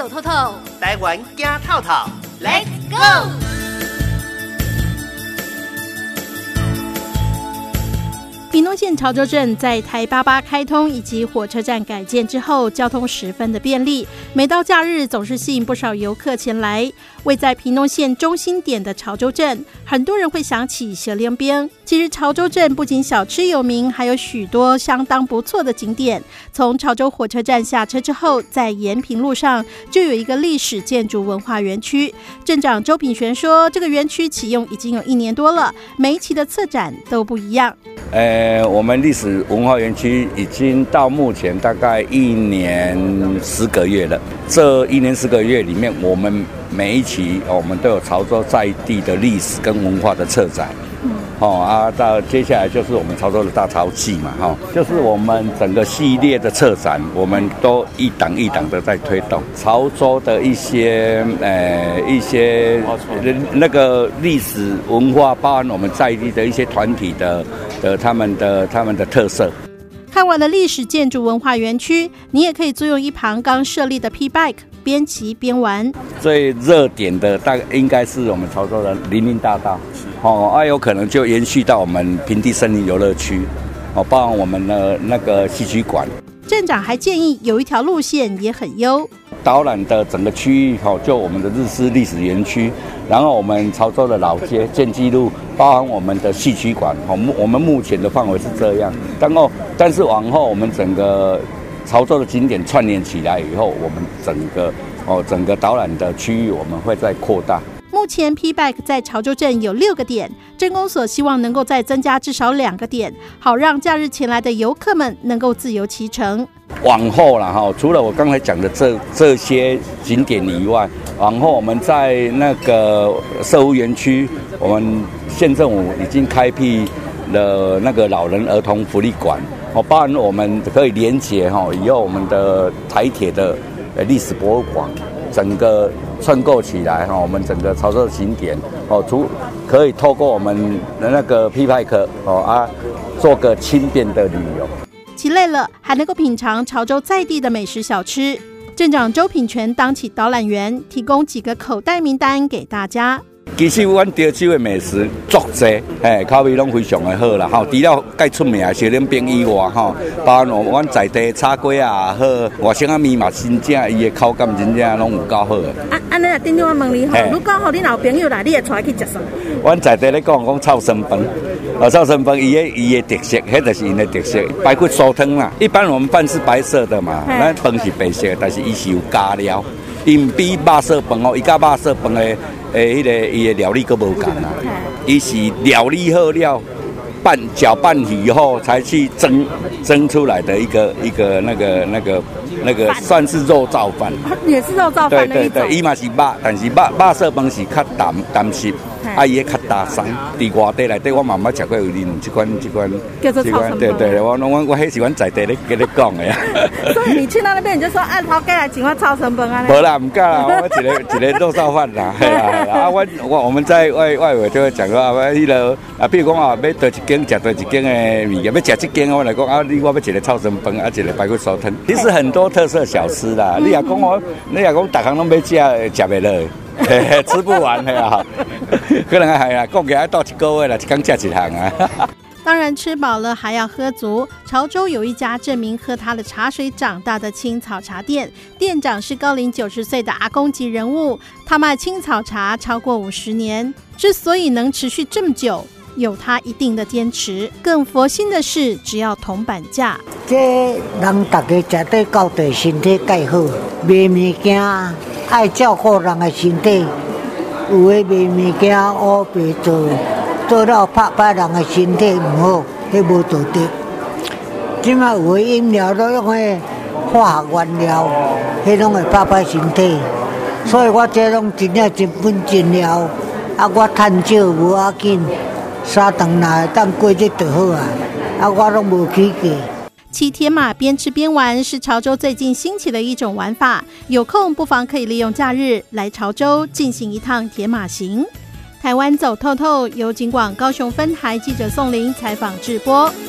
走透透， 台湾走透透 ，Let's go！ 屏东县潮州镇在台88开通以及火车站改建之后，交通十分的便利，每到假日总是吸引不少游客前来。位在屏东县中心点的潮州镇，很多人会想起蛇连边。其实潮州镇不仅小吃有名，还有许多相当不错的景点。从潮州火车站下车之后，在延平路上就有一个历史建筑文化园区。镇长周品璇说，这个园区启用已经有1年多了，每一期的策展都不一样。 我们历史文化园区已经到目前大概1年10个月了。这1年10个月里面，我们每一期我们都有潮州在地的历史跟文化的策展。到接下来就是我们潮州的大潮祭嘛，就是我们整个系列的策展，我们都一档一档的在推动潮州的一些那个历史文化，包含我们在地的一些团体的他们的特色。 看完了历史建筑文化园区，你也可以租用一旁刚设立的 P-Bike， 边骑边玩。最热点的大概应该是我们潮州的林荫大道，有可能就延续到我们平地森林游乐区，包含我们的那个戏曲馆。 镇长还建议有一条路线也很优， 导览的整个区域就我们的日式历史园区，然后我们潮州的老街建基路，包含我们的戏曲馆，我们目前的范围是这样。但是往后我们整个潮州的景点串联起来以后，我们整个导览的区域我们会再扩大。 目前 P-Bike 在潮州镇有6个点，镇公所希望能够再增加至少2个点，好让假日前来的游客们能够自由骑乘。 往后啦，除了我刚才讲的这些景点以外，往后我们在那个社福园区，我们县政府已经开辟了那个老人儿童福利馆，包含我们可以连结以后我们的台铁的历史博物馆，整个串构起来我们整个潮州的景点可以透过我们的那个 P-Bike 做个轻便的旅游。 骑累了还能够品尝潮州在地的美食小吃。镇长周品全当起导览员，提供几个口袋名单给大家。 其实阮潮州的美食足多，口味拢非常的好啦。除了介出名的小冷冰以外，包含阮在地炒粿啊好，外省仔面嘛真正伊的口感真正拢有够好的。 安尼啊，顶我问你如果你有朋友来，你会带去食啥？ 阮在地咧讲臭生饭，臭生饭伊的特色，迄就是因的特色。排骨酥汤啦，一般我们饭是白色的嘛，咱饭是白色的，但是伊是有加料，因比肉色饭伊甲肉色饭的。伊的料理都无同啊，伊是料理好了，搅拌以后才去蒸出来的一个那个算是肉燥饭， 也是肉燥饭的一种。 对，伊嘛是肉，但是肉色饭是较淡湿，伊较大山。伫外地内底我慢慢食过有啉这款叫做臭生饭。 对，我迄是阮在地咧跟你讲的呀。 所以你去到那边你就说按头家来请我臭生饭啊？ 无啦，唔敢啦，我一个肉燥饭啦，系啦。我们在外围就会讲说迄个比如讲要倒一间食倒一间的物件，要食这间我来讲我要一个臭生饭一个排骨酥汤。其实很多特色小吃啦，你也讲逐项拢要食袂落，吃不完的可能讲起来到1个月啦，一天食1项啊。 当然吃饱了还要喝足。潮州有一家证明喝他的茶水长大的青草茶店，店长是高龄90岁的阿公级人物，他卖青草茶超过50年，之所以能持续这么久，有他一定的坚持。更佛心的是，只要铜板价， 这人大家吃对到地，身体介好，卖物件爱照顾人的身体，有的卖物件乌白做了拍歹人的身体唔好，迄无道德。即卖有的饮料都用迄化学原料，迄拢会拍歹身体，所以我这拢真正真本真了。我趁少无要紧，3顿来当过日就好啊。我拢无起价。 骑铁马边吃边玩是潮州最近兴起的一种玩法，有空不妨可以利用假日来潮州进行一趟铁马行。台湾走透透由警广高雄分台记者宋玲采访制播。